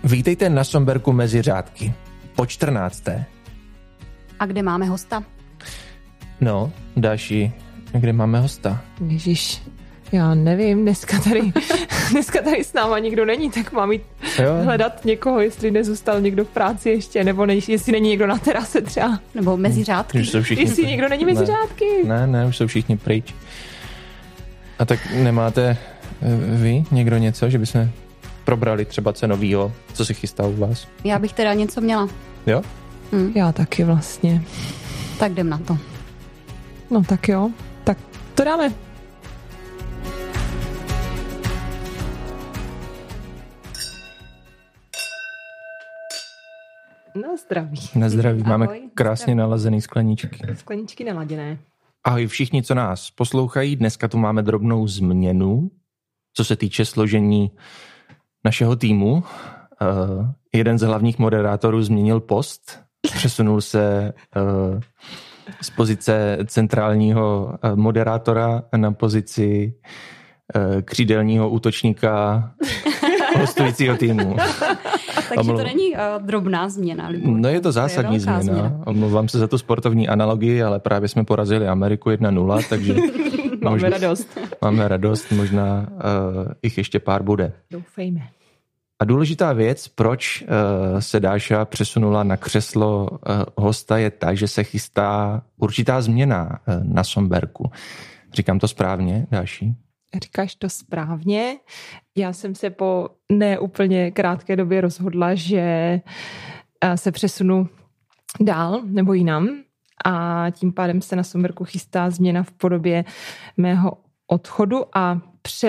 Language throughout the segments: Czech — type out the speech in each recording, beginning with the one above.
Vítejte na Somberku mezi řádky. Po 14. A kde máme hosta? No, Dáši, kde máme hosta? Ježiš, já nevím, dneska tady s náma nikdo není, tak mám jít hledat někoho, jestli nezůstal někdo v práci ještě, nebo jestli není někdo na terase třeba. Nebo mezi řádky. Jestli někdo není mezi řádky. Ne, už jsou všichni pryč. A tak nemáte vy někdo něco, že bychom probrali třeba co novýho, co se chystá u vás? Já bych teda něco měla. Jo? Já taky vlastně. Tak jdem na to. No tak jo, tak to dáme. Na zdraví. Na zdraví, máme Ahoj, krásně nalazený skleničky. Skleničky naladěné. Ahoj všichni, co nás poslouchají, dneska tu máme drobnou změnu, co se týče složení našeho týmu. Jeden z hlavních moderátorů změnil post, přesunul se z pozice centrálního moderátora na pozici křídelního útočníka hostujícího týmu. Takže to není drobná změna. Libor. No je to zásadní změna. Omlouvám se za tu sportovní analogii, ale právě jsme porazili Ameriku 1-0, takže máme radost, možná jich ještě pár bude. Doufejme. A důležitá věc, proč se Dáša přesunula na křeslo hosta, je ta, že se chystá určitá změna na Somberku. Říkám to správně, Dáši? Říkáš to správně. Já jsem se po neúplně krátké době rozhodla, že se přesunu dál nebo jinam a tím pádem se na Somberku chystá změna v podobě mého odchodu a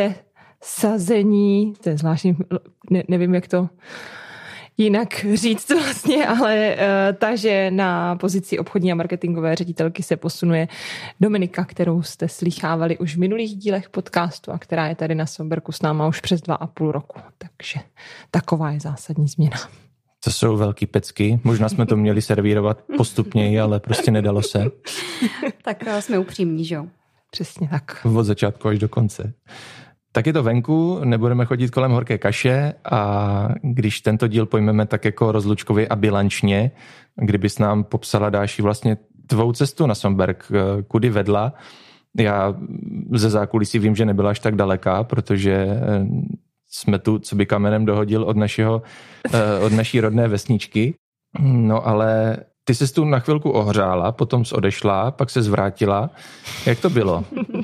přesazení, to je zvláštní, nevím, jak to jinak říct vlastně, ale takže na pozici obchodní a marketingové ředitelky se posunuje Dominika, kterou jste slýchávali už v minulých dílech podcastu a která je tady na Somberku s náma už přes 2,5 roku. Takže taková je zásadní změna. To jsou velký pecky. Možná jsme to měli servírovat postupněji, ale prostě nedalo se. Tak jsme upřímní, že jo? Přesně tak. Od začátku až do konce. Tak je to venku, nebudeme chodit kolem horké kaše a když tento díl pojmeme tak jako rozlučkově a bilančně, kdybys nám popsala, Dáši, vlastně tvou cestu na Somberk, kudy vedla. Já ze zákulisí vím, že nebyla až tak daleká, protože jsme tu, co by kamenem dohodil od naší rodné vesničky. No ale ty ses tu na chvilku ohřála, potom jsi odešla, pak se zvrátila. Jak to bylo?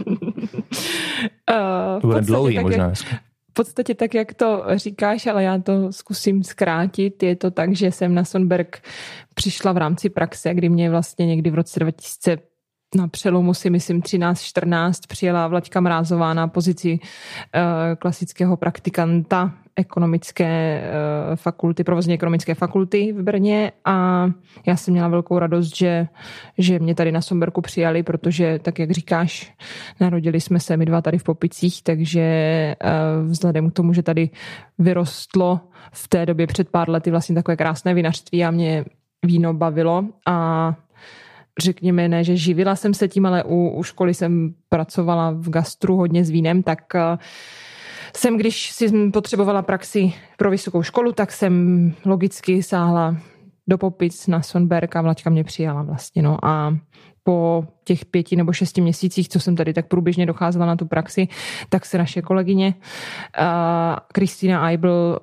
To bude dlouhý možná. V podstatě tak, jak to říkáš, ale já to zkusím zkrátit. Je to tak, že jsem na Somberk přišla v rámci praxe, kdy mě vlastně někdy v roce 2000 na přelomu si myslím 13-14 přijela Vlaďka Mrázová na pozici klasického praktikanta ekonomické fakulty, provozně ekonomické fakulty v Brně a já jsem měla velkou radost, že mě tady na Somberku přijali, protože tak, jak říkáš, narodili jsme se my dva tady v Popicích, takže vzhledem k tomu, že tady vyrostlo v té době před pár lety vlastně takové krásné vinařství a mě víno bavilo a řekněme, ne, že živila jsem se tím, ale u školy jsem pracovala v gastru hodně s vínem, tak jsem, když si potřebovala praxi pro vysokou školu, tak jsem logicky sáhla do Popic na Somberk a Vlaďka mě přijala vlastně, no a po těch 5 nebo 6 měsících, co jsem tady tak průběžně docházela na tu praxi, tak se naše kolegyně Kristýna Eibl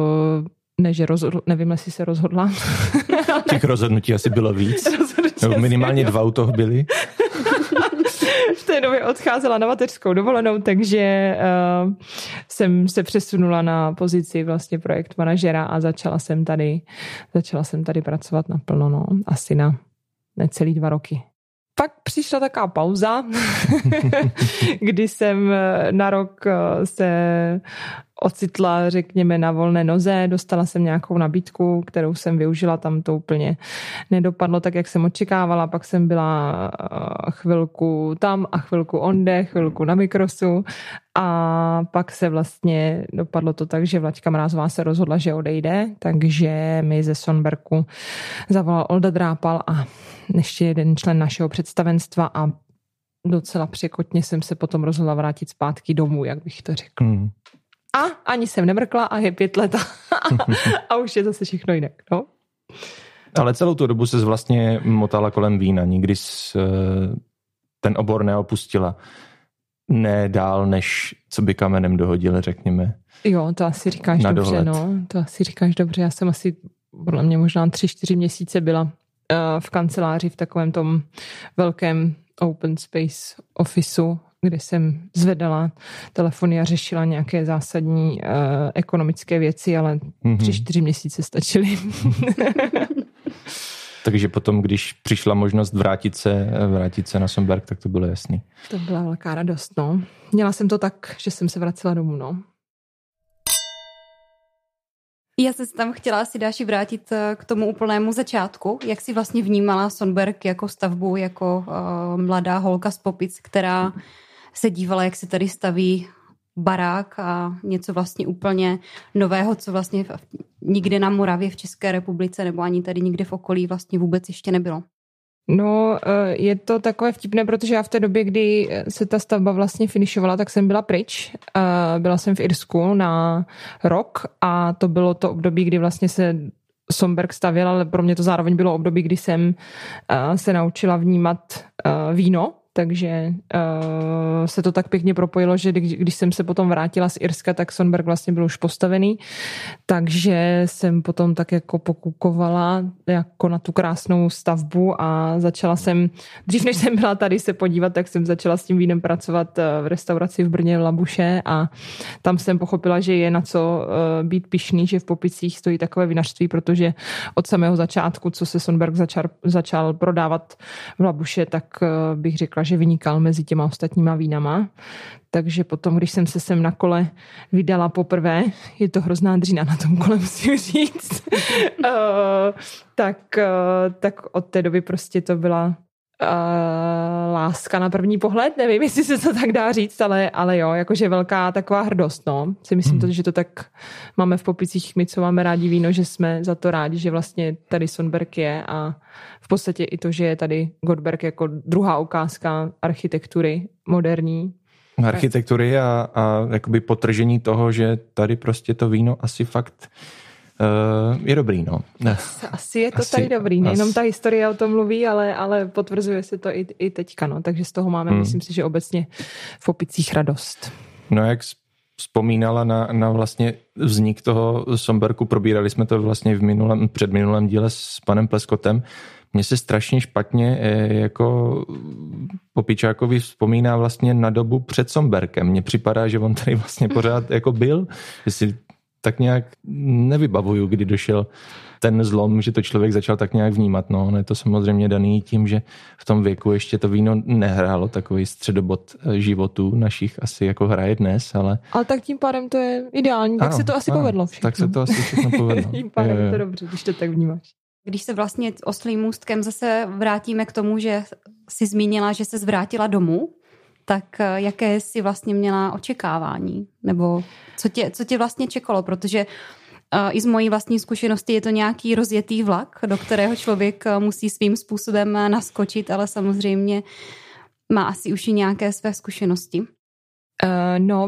nevím, jestli se rozhodla. Těch rozhodnutí asi bylo víc. Nebo minimálně 2 u toho byly. V té době odcházela na mateřskou dovolenou, takže jsem se přesunula na pozici vlastně projekt manažera a začala jsem tady pracovat naplno, no, asi na necelý 2 roky. Pak přišla taková pauza, kdy jsem na rok se ocitla, řekněme, na volné noze, dostala jsem nějakou nabídku, kterou jsem využila, tam to úplně nedopadlo tak, jak jsem očekávala, pak jsem byla chvilku tam a chvilku onde, chvilku na Mikrosu a pak se vlastně dopadlo to tak, že Vlaďka Mrázová se rozhodla, že odejde, takže mi ze Somberku zavolal Olda Drápal a ještě jeden člen našeho představenstva a docela překotně jsem se potom rozhodla vrátit zpátky domů, jak bych to řekl. A ani jsem nemrkla a je 5 let a už je zase všechno jinak. No. Ale celou tu dobu ses vlastně motala kolem vína. Nikdy ten obor neopustila. Ne dál, než co by kamenem dohodil, řekněme. Jo, to asi říkáš dobře, no. To asi říkáš dobře. Já jsem asi, podle mě možná 3-4 měsíce byla v kanceláři v takovém tom velkém open space officeu, kde jsem zvedala telefony a řešila nějaké zásadní ekonomické věci, ale 3-4 měsíce stačily. Takže potom, když přišla možnost vrátit se na Sonberg, tak to bylo jasný. To byla velká radost, no. Měla jsem to tak, že jsem se vracela domů, no. Já jsem se tam chtěla asi Dáši vrátit k tomu úplnému začátku. Jak jsi vlastně vnímala Sonberg jako stavbu, jako mladá holka z Popic, která se dívala, jak se tady staví barák a něco vlastně úplně nového, co vlastně nikde na Moravě v České republice nebo ani tady nikde v okolí vlastně vůbec ještě nebylo. No, je to takové vtipné, protože já v té době, kdy se ta stavba vlastně finišovala, tak jsem byla pryč. Byla jsem v Irsku na rok a to bylo to období, kdy vlastně se Sonberg stavěl, ale pro mě to zároveň bylo období, kdy jsem se naučila vnímat víno, takže se to tak pěkně propojilo, že když jsem se potom vrátila z Irska, tak Sonberg vlastně byl už postavený, takže jsem potom tak jako pokukovala jako na tu krásnou stavbu a začala jsem, dřív než jsem byla tady se podívat, tak jsem začala s tím vínem pracovat v restauraci v Brně Labuše a tam jsem pochopila, že je na co být pyšný, že v Popicích stojí takové vinařství, protože od samého začátku, co se Sonberg začal prodávat v Labuše, tak bych řekla, že vynikal mezi těma ostatníma vínama. Takže potom, když jsem se sem na kole vydala poprvé, je to hrozná dřina na tom kole, musím říct, tak od té doby prostě to byla láska na první pohled. Nevím, jestli se to tak dá říct, ale jo, jakože velká taková hrdost, no. Si myslím to, že to tak máme v Popicích, my, co máme rádi víno, že jsme za to rádi, že vlastně tady Sonberg je a v podstatě i to, že je tady Gottberg jako druhá ukázka architektury moderní. Architektury a jakoby potržení toho, že tady prostě to víno asi fakt je dobrý, no. Asi je to tady dobrý. Nejenom ta historie o tom mluví, ale potvrzuje se to i teďka, no. Takže z toho máme, myslím si, že obecně v Popicích radost. No, jak vzpomínala na vlastně vznik toho Sonbergu, probírali jsme to vlastně v předminulém díle s panem Pleskotem. Mně se strašně špatně jako Popičákovi vzpomíná vlastně na dobu před Sonbergem. Mně připadá, že on tady vlastně pořád jako byl, že si tak nějak nevybavuju, kdy došel ten zlom, že to člověk začal tak nějak vnímat. No, je to samozřejmě daný tím, že v tom věku ještě to víno nehrálo takový středobod životů našich, asi jako hraje dnes, ale tak tím pádem to je ideální, tak se to asi povedlo všechno. Tak se to asi všechno povedlo. Tím pádem je to dobře, když to tak vnímáš. Když se vlastně oslým můstkem zase vrátíme k tomu, že jsi zmínila, že se vrátila domů, tak jaké jsi vlastně měla očekávání? Nebo co tě vlastně čekalo? Protože i z mojí vlastní zkušenosti je to nějaký rozjetý vlak, do kterého člověk musí svým způsobem naskočit, ale samozřejmě má asi už i nějaké své zkušenosti. No,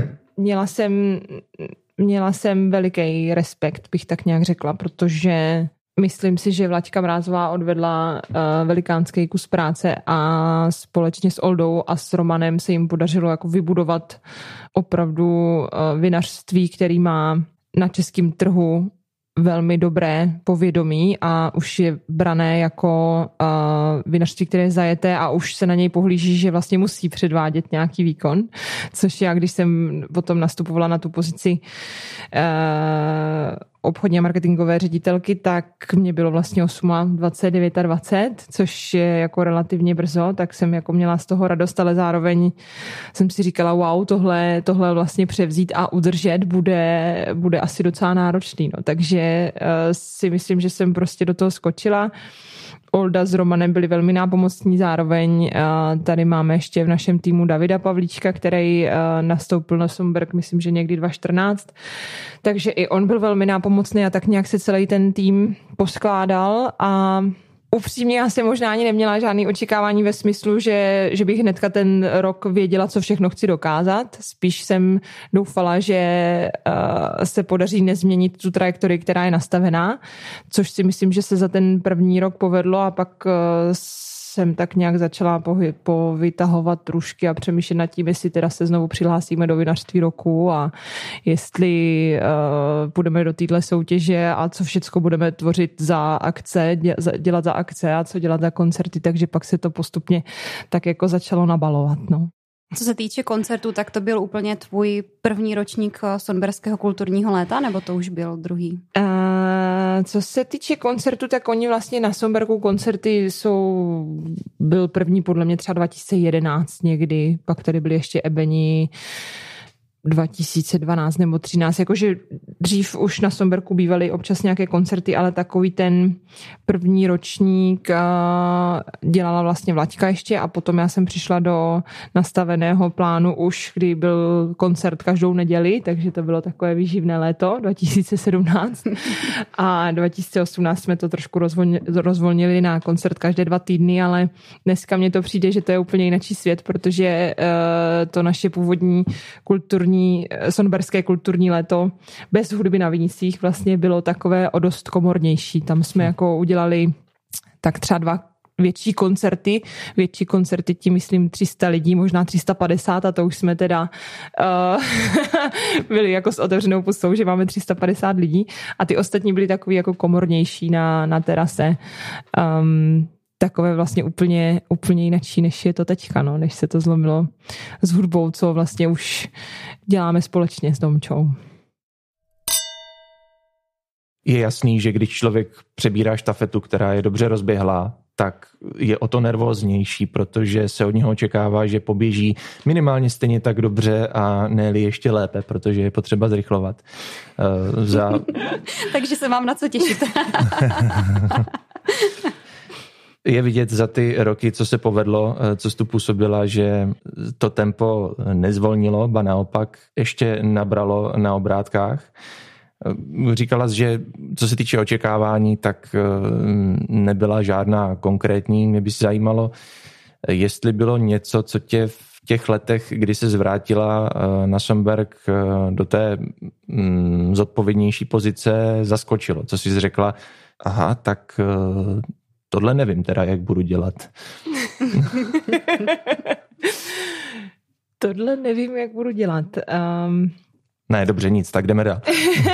měla jsem veliký respekt, bych tak nějak řekla, protože myslím si, že Vlaďka Mrázová odvedla velikánský kus práce a společně s Oldou a s Romanem se jim podařilo jako vybudovat opravdu vinařství, který má na českém trhu velmi dobré povědomí a už je brané jako vinařství, které je zajeté a už se na něj pohlíží, že vlastně musí předvádět nějaký výkon, což já, když jsem potom nastupovala na tu pozici obchodní a marketingové ředitelky, tak mě bylo vlastně 28, 29, což je jako relativně brzo, tak jsem jako měla z toho radost, ale zároveň jsem si říkala, wow, tohle vlastně převzít a udržet bude asi docela náročný. No. Takže si myslím, že jsem prostě do toho skočila. Olda s Romanem byli velmi nápomocní, zároveň tady máme ještě v našem týmu Davida Pavlíčka, který nastoupil na Sonberg, myslím, že někdy 2014, takže i on byl velmi nápomocný a tak nějak se celý ten tým poskládal a Upřímně já jsem možná ani neměla žádný očekávání ve smyslu, že bych hnedka ten rok věděla, co všechno chci dokázat. Spíš jsem doufala, že se podaří nezměnit tu trajektorii, která je nastavená, což si myslím, že se za ten první rok povedlo a pak jsem tak nějak začala povytahovat trušky a přemýšlet nad tím, jestli teda se znovu přihlásíme do vinařství roku a jestli půjdeme do téhle soutěže a co všecko budeme tvořit za akce, dělat za akce a co dělat za koncerty, takže pak se to postupně tak jako začalo nabalovat. No. Co se týče koncertu, tak to byl úplně tvůj první ročník Sonberského kulturního léta, nebo to už byl druhý? Co se týče koncertu, tak oni vlastně na Sonbergu koncerty byl první podle mě třeba 2011 někdy, pak tady byly ještě Ebeni 2012 nebo 2013, jakože dřív už na Sonbergu bývaly občas nějaké koncerty, ale takový ten první ročník dělala vlastně Vlaďka ještě a potom já jsem přišla do nastaveného plánu už, kdy byl koncert každou neděli, takže to bylo takové výživné léto 2017 a 2018 jsme to trošku rozvolnili na koncert každé 2 týdny, ale dneska mně to přijde, že to je úplně jiný svět, protože to naše původní sonberské kulturní léto bez hudby na vinicích vlastně bylo takové o dost komornější. Tam jsme jako udělali tak třeba 2 větší koncerty, tím myslím 300 lidí, možná 350 a to už jsme teda byli jako s otevřenou pustou, že máme 350 lidí a ty ostatní byly takový jako komornější na terase. Takové vlastně úplně jinačí, než je to teďka, no, než se to zlomilo s hudbou, co vlastně už děláme společně s Domčou. Je jasný, že když člověk přebírá štafetu, která je dobře rozběhlá, tak je o to nervóznější, protože se od něho očekává, že poběží minimálně stejně tak dobře a ne-li ještě lépe, protože je potřeba zrychlovat. Takže se mám na co těšit. Je vidět za ty roky, co se povedlo, co jsi tu působila, že to tempo nezvolnilo, ba naopak ještě nabralo na obrátkách. Říkala jsi, že co se týče očekávání, tak nebyla žádná konkrétní. Mě by se zajímalo, jestli bylo něco, co tě v těch letech, kdy se zvrátila na Sonberg do té zodpovědnější pozice, zaskočilo. Co jsi řekla, aha, tak tohle nevím teda, jak budu dělat. Tohle nevím, jak budu dělat. Ne, dobře, nic, tak jdeme dál.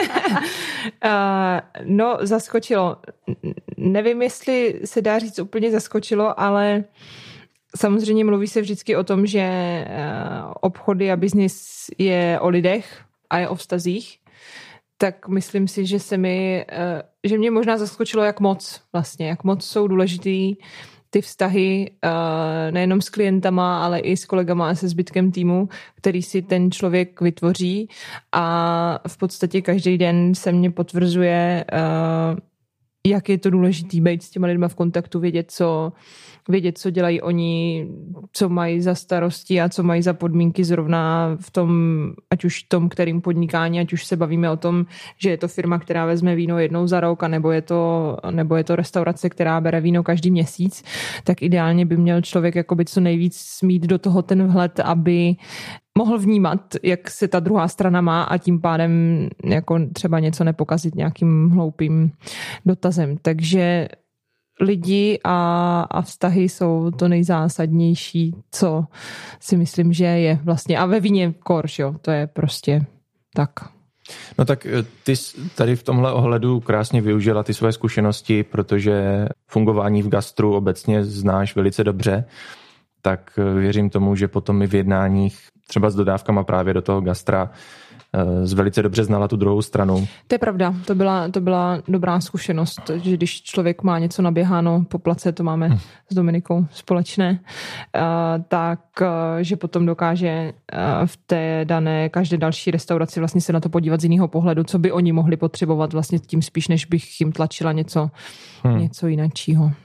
No, zaskočilo. Nevím, jestli se dá říct úplně zaskočilo, ale samozřejmě mluví se vždycky o tom, že obchody a biznis je o lidech a je o vztazích. Tak myslím si, že mě možná zaskočilo, jak moc jsou důležitý ty vztahy nejenom s klientama, ale i s kolegama a se zbytkem týmu, který si ten člověk vytvoří a v podstatě každý den se mě potvrzuje, jak je to důležitý být s těma lidma v kontaktu, vědět, co dělají oni, co mají za starosti a co mají za podmínky zrovna v tom, ať už v tom, kterým podnikání, ať už se bavíme o tom, že je to firma, která vezme víno jednou za rok, a nebo je to restaurace, která bere víno každý měsíc, tak ideálně by měl člověk jakoby co nejvíc mít do toho ten vhled, aby mohl vnímat, jak se ta druhá strana má a tím pádem jako třeba něco nepokazit nějakým hloupým dotazem. Takže lidi a vztahy jsou to nejzásadnější, co si myslím, že je vlastně. A ve víně korž, jo, to je prostě tak. No tak ty tady v tomhle ohledu krásně využila ty své zkušenosti, protože fungování v gastru obecně znáš velice dobře, tak věřím tomu, že potom i v jednáních třeba s dodávkama právě do toho gastra velice dobře znala tu druhou stranu. To je pravda, to byla dobrá zkušenost, že když člověk má něco naběháno po place, to máme s Dominikou společné, tak že potom dokáže v té dané každé další restauraci vlastně se na to podívat z jiného pohledu, co by oni mohli potřebovat vlastně tím spíš, než bych jim tlačila něco jiného.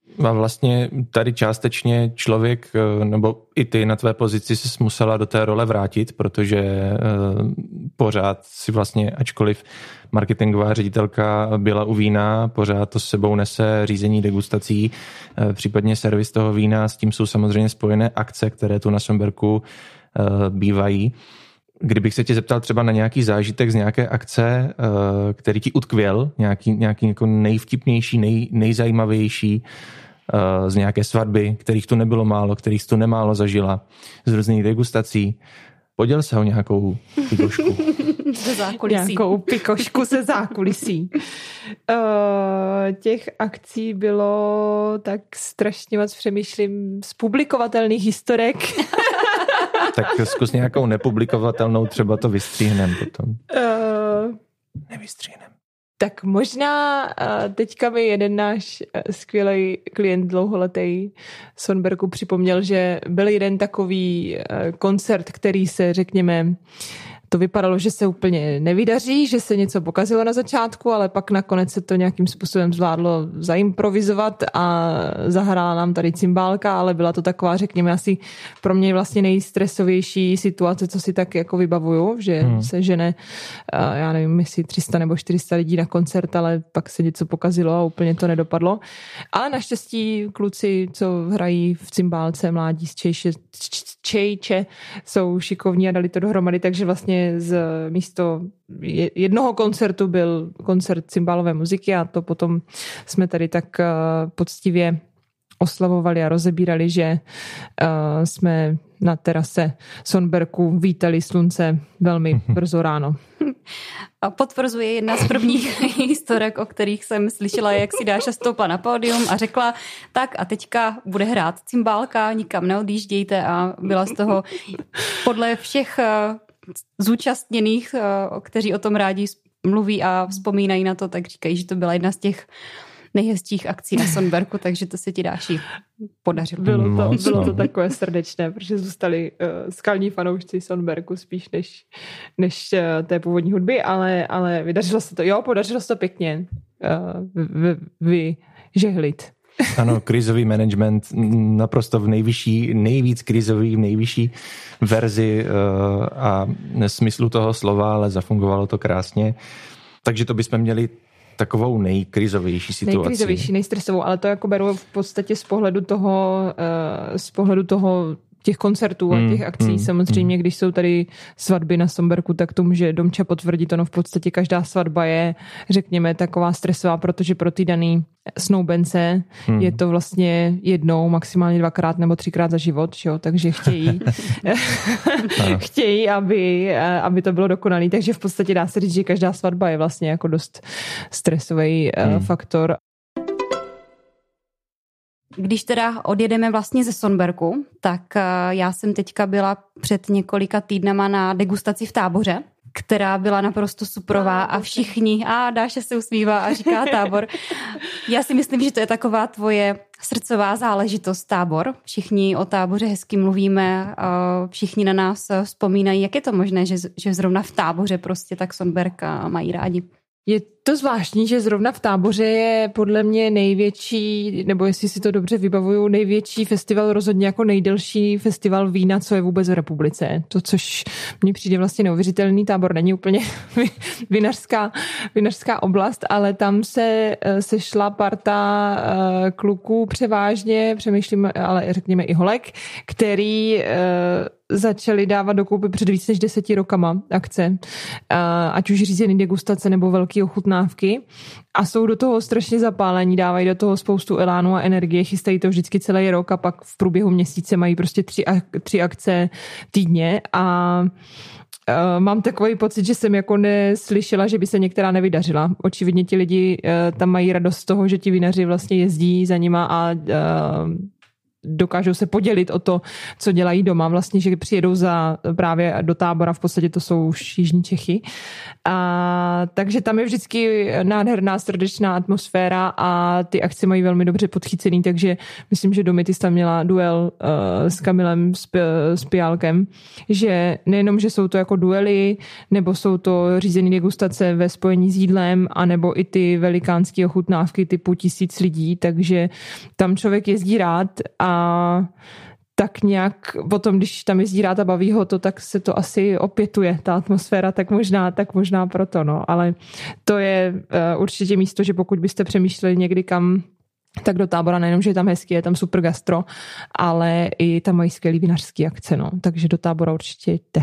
A vlastně tady částečně člověk, nebo i ty na tvé pozici se musela do té role vrátit, protože pořád si vlastně, ačkoliv marketingová ředitelka byla u vína, pořád to s sebou nese řízení degustací, případně servis toho vína, s tím jsou samozřejmě spojené akce, které tu na Sonbergu bývají. Kdybych se tě zeptal třeba na nějaký zážitek z nějaké akce, který ti utkvěl, nějaký jako nejvtipnější, nejzajímavější, z nějaké svatby, kterých tu nebylo málo, kterých tu nemálo zažila, z různých degustací. Poděl se o nějakou pikošku. Ze zákulisí. Nějakou pikošku ze zákulisí. Těch akcí bylo tak strašně moc, přemýšlím, z publikovatelných historek. Tak zkus nějakou nepublikovatelnou, třeba to vystříhnem potom. Nevystříhnem. Tak možná teďka mi jeden náš skvělý klient dlouholetý Sonbergu připomněl, že byl jeden takový koncert, který se, řekněme, to vypadalo, že se úplně nevydaří, že se něco pokazilo na začátku, ale pak nakonec se to nějakým způsobem zvládlo zaimprovizovat a zahrála nám tady cymbálka, ale byla to taková, řekněme, asi pro mě vlastně nejstresovější situace, co si tak jako vybavuju, že se žene, já nevím, jestli 300 nebo 400 lidí na koncert, ale pak se něco pokazilo a úplně to nedopadlo. Ale naštěstí kluci, co hrají v cymbálce, mládí z Čejče, jsou šikovní a dali to dohromady, takže vlastně z místo jednoho koncertu byl koncert cymbálové muziky a to potom jsme tady tak poctivě oslavovali a rozebírali, že jsme na terase Sonbergu vítali slunce velmi brzo ráno. A potvrzuje jedna z prvních historek, o kterých jsem slyšela, jak si Dáša stoupla na pódium a řekla, tak a teďka bude hrát cymbálka, nikam neodjíždějte a byla z toho podle všech zúčastněných, kteří o tom rádi mluví a vzpomínají na to, tak říkají, že to byla jedna z těch nejhezčích akcí na Sonbergu, takže to se ti, Dáši, podařilo. Bylo to takové srdečné, protože zůstali skalní fanoušci Sonbergu spíš než té původní hudby, ale vydařilo se to. Jo, podařilo se to pěkně vyžehlit. Ano, krizový management naprosto v nejvíc krizový, v nejvyšší verzi a smyslu toho slova, ale zafungovalo to krásně. Takže to bychom měli takovou nejkrizovější situaci. Nejkrizovější, nejstresovou, ale to jako beru v podstatě z pohledu toho těch koncertů a těch akcí. Samozřejmě, když jsou tady svatby na Sonbergu, tak to může Domča potvrdit. Ono v podstatě každá svatba je, řekněme, taková stresová, protože pro ty daný snoubence je to vlastně jednou, maximálně 2x nebo 3x za život, jo? Takže chtějí, aby to bylo dokonalý. Takže v podstatě dá se říct, že každá svatba je vlastně jako dost stresový faktor. Když teda odjedeme vlastně ze Sonbergu, tak já jsem teďka byla před několika týdnama na degustaci v Táboře, která byla naprosto suprová a všichni, Dáša se usmívá a říká Tábor. Já si myslím, že to je taková tvoje srdcová záležitost, Tábor. Všichni o Táboře hezky mluvíme, všichni na nás vzpomínají. Jak je to možné, že zrovna v Táboře prostě tak Sonberg mají rádi? Je to zvláštní, že zrovna v Táboře je podle mě největší, nebo jestli si to dobře vybavuju, největší festival, rozhodně jako nejdelší festival vína, co je vůbec v republice. To, což mně přijde vlastně neuvěřitelný. Tábor není úplně vinařská oblast, ale tam se sešla parta kluků převážně, přemýšlím, ale řekněme i holek, který začali dávat dokupy před víc než 10 rokama akce, ať už řízený degustace nebo velký ochutnávky a jsou do toho strašně zapálení, dávají do toho spoustu elánu a energie, chystají to vždycky celý rok a pak v průběhu měsíce mají prostě 3 akce týdně a mám takový pocit, že jsem jako neslyšela, že by se některá nevydařila. Očividně ti lidi tam mají radost z toho, že ti vinaři vlastně jezdí za nima a dokážou se podělit o to, co dělají doma, vlastně, že přijedou právě do Tábora, v podstatě to jsou už jižní Čechy. Takže tam je vždycky nádherná srdečná atmosféra a ty akce mají velmi dobře podchycený, takže myslím, že Domitis tam měla duel s Kamilem s Piálkem, že nejenom, že jsou to jako duely, nebo jsou to řízené degustace ve spojení s jídlem, anebo i ty velikánské ochutnávky typu 1000 lidí, takže tam člověk jezdí rád a tak nějak potom, když tam jezdí rád a baví ho to, tak se to asi opětuje, ta atmosféra, tak možná proto, no. Ale to je určitě místo, že pokud byste přemýšleli někdy kam, tak do Tábora nejenom, že je tam hezky, je tam super gastro, ale i tam mají skvělý vinařský akce, no. Takže do Tábora určitě jděte.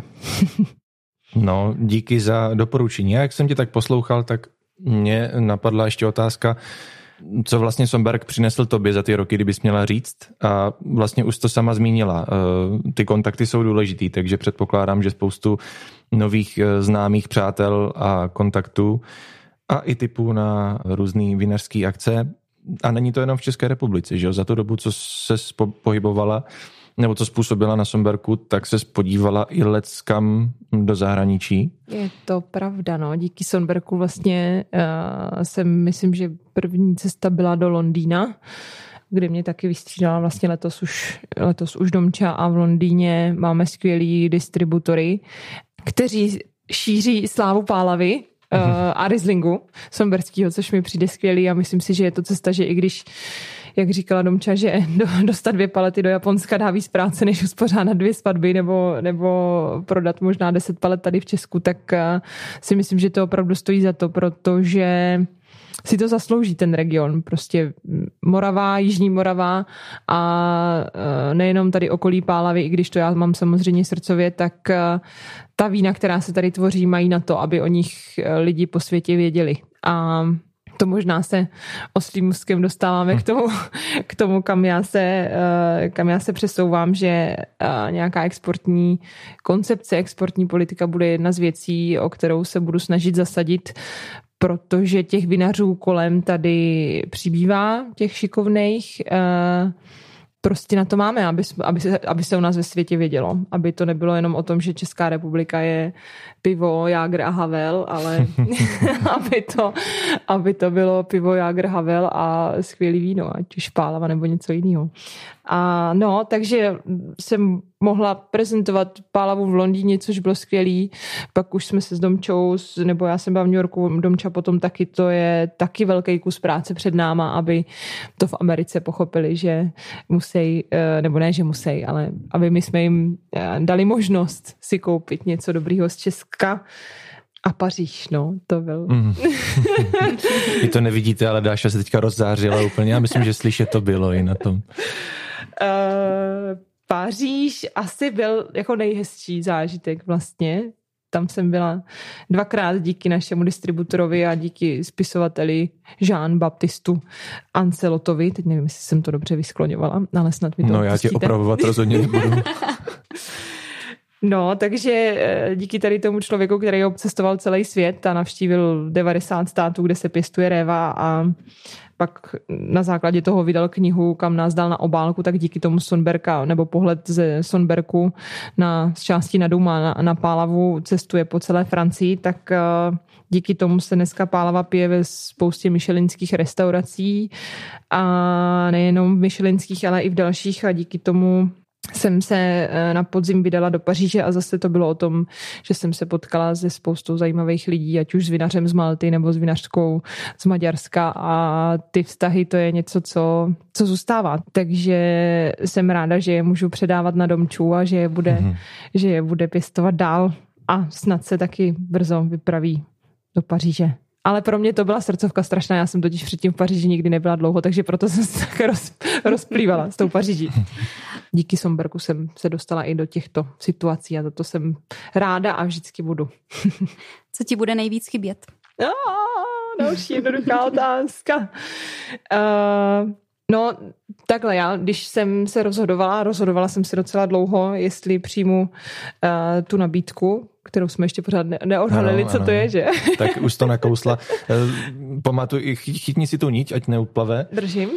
No, díky za doporučení. Jak jsem tě tak poslouchal, tak mě napadla ještě otázka, co vlastně Sonberg přinesl tobě za ty roky, kdybys měla říct. A vlastně už to sama zmínila. Ty kontakty jsou důležitý, takže předpokládám, že spoustu nových známých přátel a kontaktů a i typů na různý vinařský akce. A není to jenom v České republice, že jo? Za tu dobu, co se pohybovala, nebo co způsobila na Sonbergu, tak se podívala i leckam do zahraničí. Je to pravda, no. Díky Sonbergu vlastně jsem, myslím, že první cesta byla do Londýna, kde mě taky vystřídala vlastně letos už Domča a v Londýně máme skvělý distributory, kteří šíří slávu Pálavy a Rieslingu Sonberskýho, což mi přijde skvělý a myslím si, že je to cesta, že i když, jak říkala Domča, že dostat 2 palety do Japonska dá víc práce, než uspořádat 2 svatby nebo prodat možná 10 palet tady v Česku, tak si myslím, že to opravdu stojí za to, protože si to zaslouží ten region. Prostě Morava, Jižní Morava a nejenom tady okolí Pálavy, i když to já mám samozřejmě srdcově, tak ta vína, která se tady tvoří, mají na to, aby o nich lidi po světě věděli. A to možná se oslím můstkem dostáváme k tomu, kam já se přesouvám, že nějaká exportní koncepce, exportní politika bude jedna z věcí, o kterou se budu snažit zasadit, protože těch vinařů kolem tady přibývá, těch šikovných. Prostě na to máme, aby se u nás ve světě vědělo. Aby to nebylo jenom o tom, že Česká republika je pivo, Jágr a Havel, ale aby to bylo pivo, Jágr, Havel a skvělý víno, ať už Pálava nebo něco jiného. A no, takže jsem mohla prezentovat Pálavu v Londýně, což bylo skvělý. Pak už jsme se s Domčou, nebo já jsem byla v New Yorku, Domča potom taky, to je taky velký kus práce před náma, aby to v Americe pochopili, že musí, nebo ne, že musí, ale aby my jsme jim dali možnost si koupit něco dobrýho z Česka. A Paříž, no, to byl. Vy to nevidíte, ale Dáša se teďka rozzářila úplně. Já myslím, že slyšet to bylo i na tom. Paříž asi byl jako nejhezčí zážitek vlastně. Tam jsem byla 2krát díky našemu distributorovi a díky spisovateli Jean Baptistu Ancelotovi. Teď nevím, jestli jsem to dobře vyskloňovala, ale snad mi to já tě opravovat rozhodně nebudu. No, takže díky tady tomu člověku, který obcestoval celý svět a navštívil 90 států, kde se pěstuje réva a pak na základě toho vydal knihu, kam nás dal na obálku, tak díky tomu Sonberga, nebo pohled ze Sonbergu z části na Dům a na Pálavu cestuje po celé Francii, tak díky tomu se dneska Pálava pije ve spoustě michelinských restaurací a nejenom v michelinských, ale i v dalších a díky tomu jsem se na podzim vydala do Paříže a zase to bylo o tom, že jsem se potkala se spoustou zajímavých lidí, ať už s vinařem z Malty nebo s vinařskou z Maďarska a ty vztahy to je něco, co zůstává. Takže jsem ráda, že je můžu předávat na Domču a že je bude pěstovat dál a snad se taky brzo vypraví do Paříže. Ale pro mě to byla srdcovka strašná, já jsem totiž předtím v Paříži nikdy nebyla dlouho, takže proto jsem se tak rozplývala s tou Paříží. Díky Sonbergu jsem se dostala i do těchto situací a za to jsem ráda a vždycky budu. Co ti bude nejvíc chybět? Další jednoduchá otázka. No, takhle já, když jsem se rozhodovala jsem se docela dlouho, jestli přijmu tu nabídku, kterou jsme ještě pořád neodhalili, co to je, že? Tak už to nakousla. Pamatuj, chytni si tu niť, ať neuplave. Držím.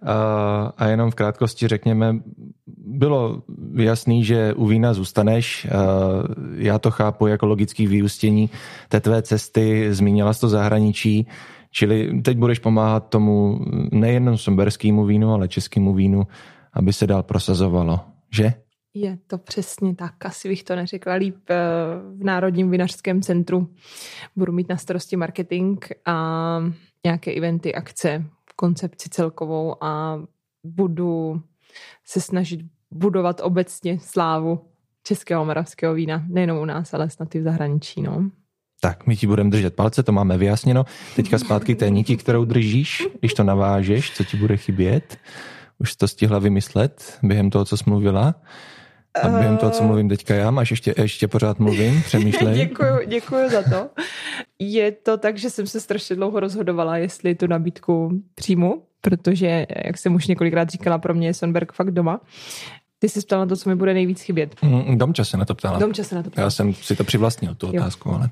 A jenom v krátkosti řekněme, bylo jasný, že u vína zůstaneš. Já to chápu jako logický vyústění té tvé cesty, zmínila jsi to zahraničí, čili teď budeš pomáhat tomu nejen somberskému vínu, ale českému vínu, aby se dál prosazovalo, že? Je to přesně tak, asi bych to neřekla líp. V Národním vinařském centru budu mít na starosti marketing a nějaké eventy, akce, koncepci celkovou a budu se snažit budovat obecně slávu českého a moravského vína. Nejenom u nás, ale snad i v zahraničí. No. Tak, my ti budeme držet palce, to máme vyjasněno. Teďka zpátky té niti, kterou držíš, když to navážeš, co ti bude chybět. Už to stihla vymyslet během toho, co jsi mluvila. A během toho, co mluvím teďka já, máš ještě pořád mluvím, přemýšlej. Děkuju za to. Je to tak, že jsem se strašně dlouho rozhodovala, jestli tu nabídku přijmu, protože, jak jsem už několikrát říkala, pro mě je Sonberg fakt doma. Ty jsi ptala na to, co mi bude nejvíc chybět. Domča se na to ptala. Já jsem si to přivlastnil, tu otázku, ale...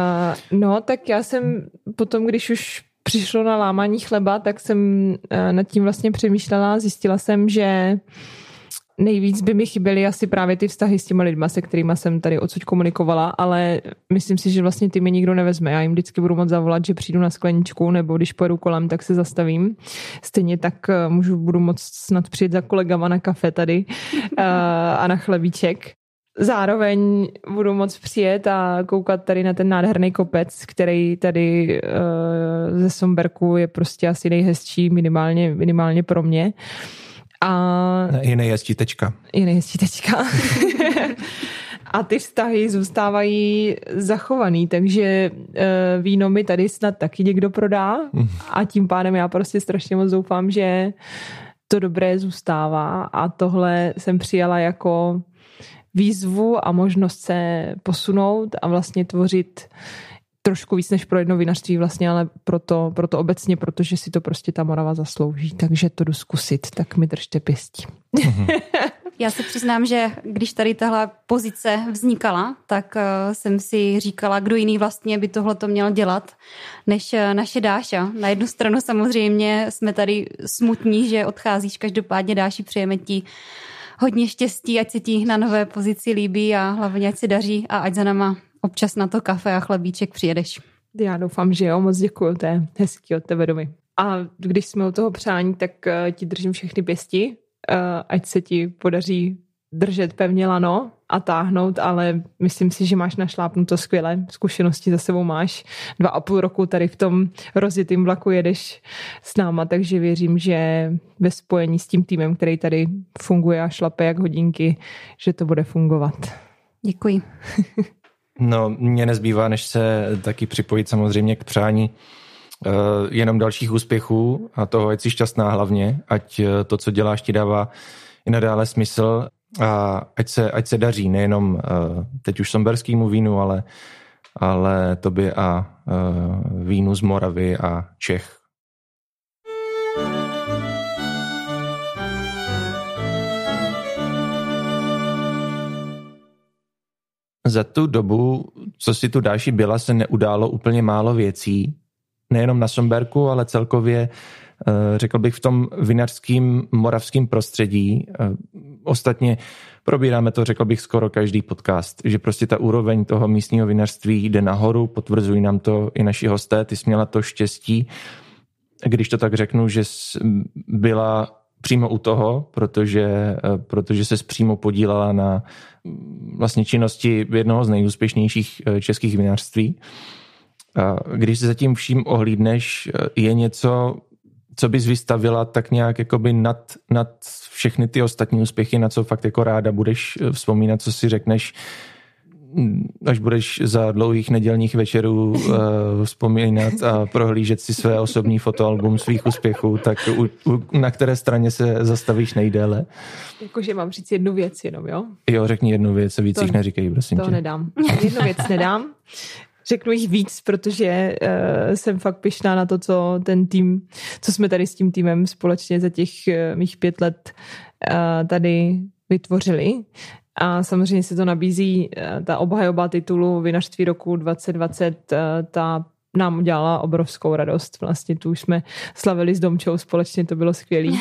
No, tak já jsem potom, když už přišlo na lámání chleba, tak jsem nad tím vlastně přemýšlela. Zjistila jsem, že nejvíc by mi chyběly asi právě ty vztahy s těma lidma, se kterýma jsem tady odsud komunikovala, ale myslím si, že vlastně ty mi nikdo nevezme. Já jim vždycky budu moct zavolat, že přijdu na skleničku, nebo když pojedu kolem, tak se zastavím. Stejně tak budu moct snad přijet za kolegama na kafe tady a na chlebíček. Zároveň budu moct přijet a koukat tady na ten nádherný kopec, který tady ze Somberku je prostě asi nejhezčí, minimálně pro mě. Je nejhezčí tečka. A ty vztahy zůstávají zachovaný, takže víno mi tady snad taky někdo prodá a tím pádem já prostě strašně moc doufám, že to dobré zůstává a tohle jsem přijala jako výzvu a možnost se posunout a vlastně tvořit trošku víc než pro jedno vinařství vlastně, ale proto obecně, protože si to prostě ta Morava zaslouží. Takže to jdu zkusit, tak mi držte pěstí. Já se přiznám, že když tady tahle pozice vznikala, tak jsem si říkala, kdo jiný vlastně by tohleto měl dělat, než naše Dáša. Na jednu stranu samozřejmě jsme tady smutní, že odcházíš, každopádně Dáši přejeme ti hodně štěstí, ať se ti na nové pozici líbí a hlavně ať se daří a ať za náma občas na to kafe a chlebíček přijedeš. Já doufám, že jo, moc děkuju, to je hezký od tebe, Domi. A když jsme u toho přání, tak ti držím všechny pěsti, ať se ti podaří držet pevně lano a táhnout, ale myslím si, že máš našlápnuto skvěle, zkušenosti za sebou máš. 2,5 roku tady v tom rozjetým vlaku jedeš s náma, takže věřím, že ve spojení s tím týmem, který tady funguje a šlape jak hodinky, že to bude fungovat. Děkuji. No, mně nezbývá, než se taky připojit samozřejmě k přání jenom dalších úspěchů a toho, ať jsi šťastná hlavně, ať to, co děláš, ti dává i nadále smysl a ať se daří nejenom teď už somberskému vínu, ale tobě a vínu z Moravy a Čech. Za tu dobu, co si tu Dáši byla, se neudálo úplně málo věcí. Nejenom na Somberku, ale celkově, řekl bych, v tom vinařském moravském prostředí. Ostatně probíráme to, řekl bych, skoro každý podcast, že prostě ta úroveň toho místního vinařství jde nahoru, potvrzují nám to i naši hosté. Ty jsi měla to štěstí, když to tak řeknu, že jsi byla přímo u toho, protože se přímo podílela na vlastně činnosti jednoho z nejúspěšnějších českých vinařství. Když se zatím vším ohlídneš, je něco, co bys vystavila tak nějak jakoby nad všechny ty ostatní úspěchy, na co fakt jako ráda budeš vzpomínat, co si řekneš, až budeš za dlouhých nedělních večerů vzpomínat a prohlížet si své osobní fotoalbum svých úspěchů, tak na které straně se zastavíš nejdéle? Jakože mám říct jednu věc jenom, jo? Jo, řekni jednu věc, víc jich neříkej, prosím tě. To nedám. Jednu věc nedám. Řeknu jich víc, protože jsem fakt pyšná na to, co ten tým, co jsme tady s tím týmem společně za těch mých 5 let tady vytvořili. A samozřejmě se to nabízí, ta obhajoba titulu Vinařství roku 2020, ta nám udělala obrovskou radost. Vlastně tu už jsme slavili s Domčou společně, to bylo skvělý.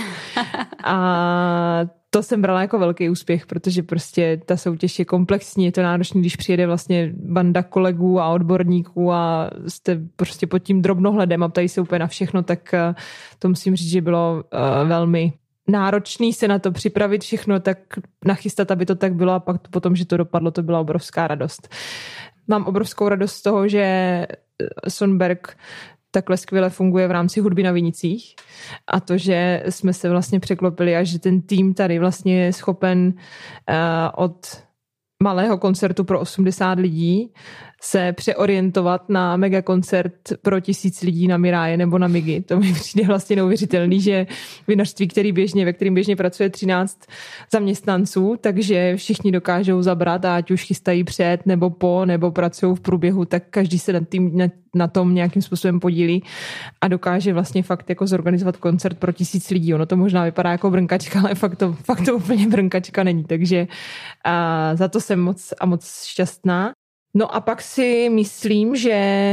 A to jsem brala jako velký úspěch, protože prostě ta soutěž je komplexní, je to náročný, když přijede vlastně banda kolegů a odborníků a jste prostě pod tím drobnohledem a ptají se úplně na všechno, tak to musím říct, že bylo velmi náročný se na to připravit všechno, tak nachystat, aby to tak bylo a pak potom, že to dopadlo, to byla obrovská radost. Mám obrovskou radost z toho, že Sonberg takhle skvěle funguje v rámci hudby na vinicích a to, že jsme se vlastně překlopili a že ten tým tady vlastně je schopen od malého koncertu pro 80 lidí se přeorientovat na megakoncert pro 1000 lidí na Miráje nebo na Migy. To mi přijde vlastně neuvěřitelný, že vinařství, ve kterým běžně pracuje 13 zaměstnanců, takže všichni dokážou zabrat a ať už chystají před nebo po, nebo pracují v průběhu, tak každý se na tom nějakým způsobem podílí a dokáže vlastně fakt jako zorganizovat koncert pro 1000 lidí. Ono to možná vypadá jako brnkačka, ale fakt to úplně brnkačka není. Takže za to jsem moc šťastná. No a pak si myslím, že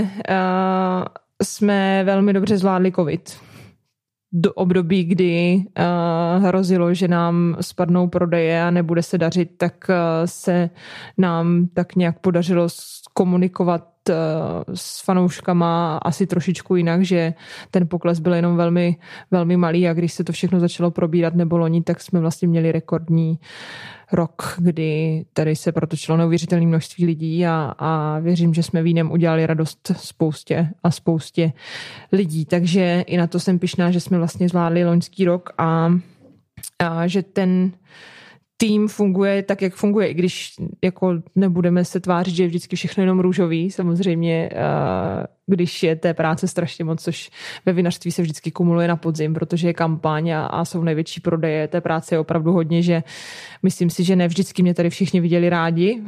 jsme velmi dobře zvládli covid. Do období, kdy hrozilo, že nám spadnou prodeje a nebude se dařit, tak se nám tak nějak podařilo komunikovat s fanouškama asi trošičku jinak, že ten pokles byl jenom velmi, velmi malý a když se to všechno začalo probírat nebo loni, tak jsme vlastně měli rekordní rok, kdy tady se protočilo neuvěřitelné množství lidí a věřím, že jsme vínem udělali radost spoustě lidí. Takže i na to jsem pyšná, že jsme vlastně zvládli loňský rok a že ten tým funguje tak, jak funguje, i když jako nebudeme se tvářit, že je vždycky všechno jenom růžový. Samozřejmě, když je té práce strašně moc, což ve vinařství se vždycky kumuluje na podzim, protože je kampaň a jsou největší prodeje. Té práce je opravdu hodně, že myslím si, že ne vždycky mě tady všichni viděli rádi.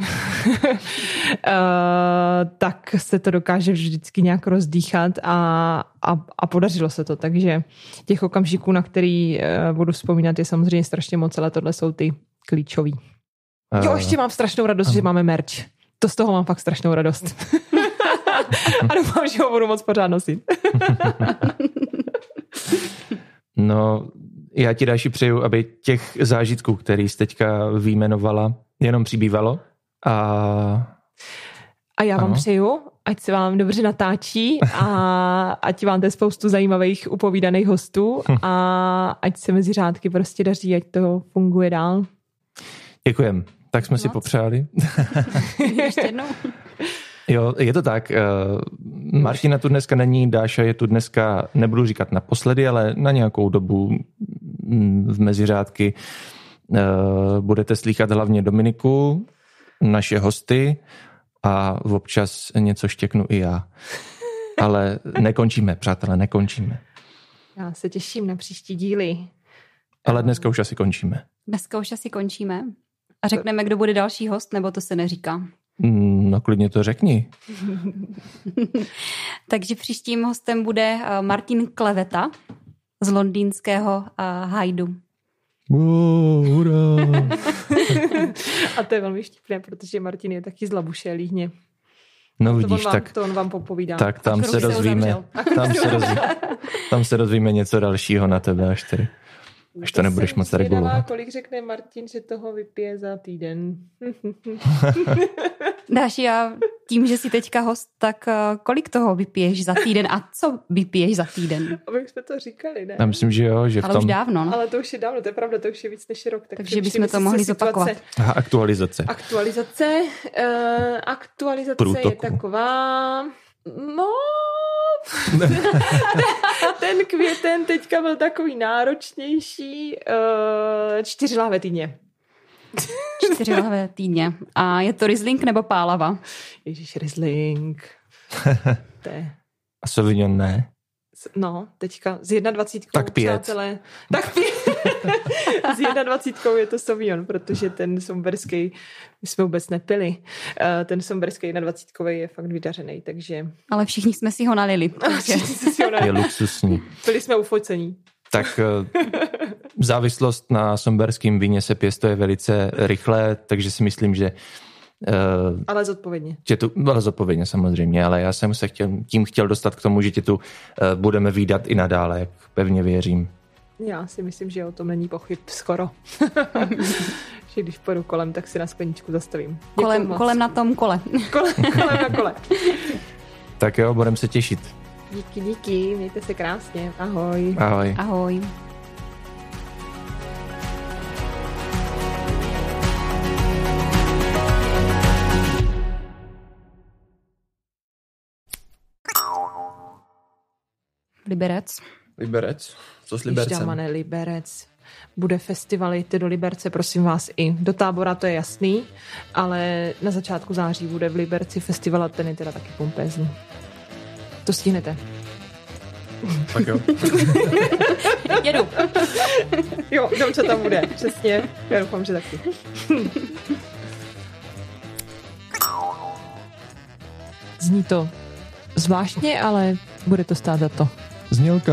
Tak se to dokáže vždycky nějak rozdýchat a podařilo se to. Takže těch okamžiků, na který budu vzpomínat, je samozřejmě strašně moc, ale tohle jsou ty klíčový. Jo, ještě mám strašnou radost, že máme merch. To z toho mám fakt strašnou radost. A doufám, že ho budu moc pořád nosit. No, já ti další přeju, aby těch zážitků, který jsi teďka vyjmenovala, jenom přibývalo. A já vám přeju, ať se vám dobře natáčí a ať máte spoustu zajímavých upovídaných hostů a ať se mezi řádky prostě daří, ať to funguje dál. Děkujem. Tak jsme si popřáli. Ještě jednou. Jo, je to tak. Martina tu dneska není, Dáša je tu dneska, nebudu říkat naposledy, ale na nějakou dobu v meziřádky budete slýchat hlavně Dominiku, naše hosty a občas něco štěknu i já. Ale nekončíme, přátelé, nekončíme. Já se těším na příští díly. Ale dneska už asi končíme. A řekneme, kdo bude další host, nebo to se neříká? No klidně to řekni. Takže příštím hostem bude Martin Kleveta z londýnského Hydu. Hurá. A to je velmi vtipné, protože Martin je taky z Labuše Líhně. No vidíš, to on vám popovídá. Tak tam se dozvíme. Tam se dozvíme něco dalšího na tebe, až to nebudeš moc regulovat. Kolik řekne Martin, že toho vypije za týden? Dáši, a tím, že jsi teďka host, tak kolik toho vypiješ za týden a co vypiješ za týden? Aby jsme to říkali, ne? Já myslím, že jo. Že ale už dávno. No? Ale to už je dávno, to je pravda, to už je víc než rok. Takže bychom to mohli zopakovat. Aha, aktualizace. Aktualizace Průtoku. Je taková... No... Ten květen teďka byl takový náročnější. 4 lahve týdně. 4 lahve týdně. A je to Riesling nebo Pálava? Ježíš, Riesling. A Sauvignon ne? No, teďka z 21. Tak 5. Přátelé. Tak 5. S 21 je to Sauvignon, protože ten somberský, my jsme vůbec nepili, ten somberský 21 je fakt vydařený, takže... Ale všichni jsme si ho nalili. Je luxusní. Byli jsme ufocení. Tak závislost na somberském víně se pěstuje velice rychle, takže si myslím, že ale zodpovědně. Ale zodpovědně samozřejmě, ale já jsem se tím chtěl dostat k tomu, že tě tu budeme vídat i nadále, jak pevně věřím. Já si myslím, že o tom není pochyb skoro. Že když půjdu kolem, tak si na skleničku zastavím. Kolem na tom kole. kolem na kole. Tak jo, budeme se těšit. Díky, mějte se krásně. Ahoj. Ahoj. Ahoj. Liberec? Co s Libercem? Ježďamane, Liberec. Bude festival, jděte do Liberce, prosím vás, i do Tábora, to je jasný, ale na začátku září bude v Liberci festival a ten je teda taky pompézní. To stihnete. Tak jo. Jedu. Jo, co tam bude, přesně. Já doufám, že taky. Zní to zvláštně, ale bude to stát za to. Znělka.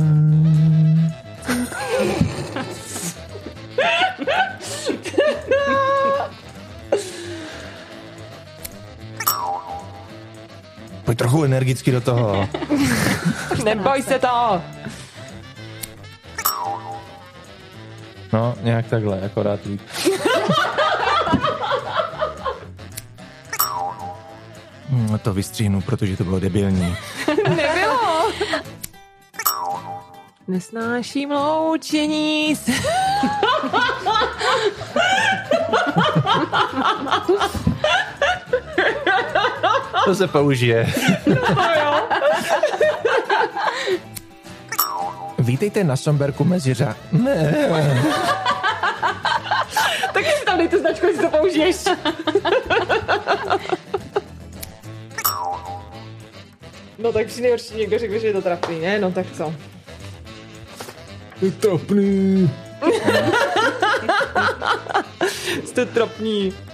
Pojď trochu energicky do toho. Neboj se to! No, nějak takhle, akorát líp. To vystříhnu, protože to bylo debilní. Nebylo! Nesnáším loučení se. To se použije. Vítejte na Somberku mezi Taky si tam dejte značku, jestli to použiješ. No tak při nejhorší někdo řekl, že je to trapný, ne? No tak co? Je trapný. Jste trapní.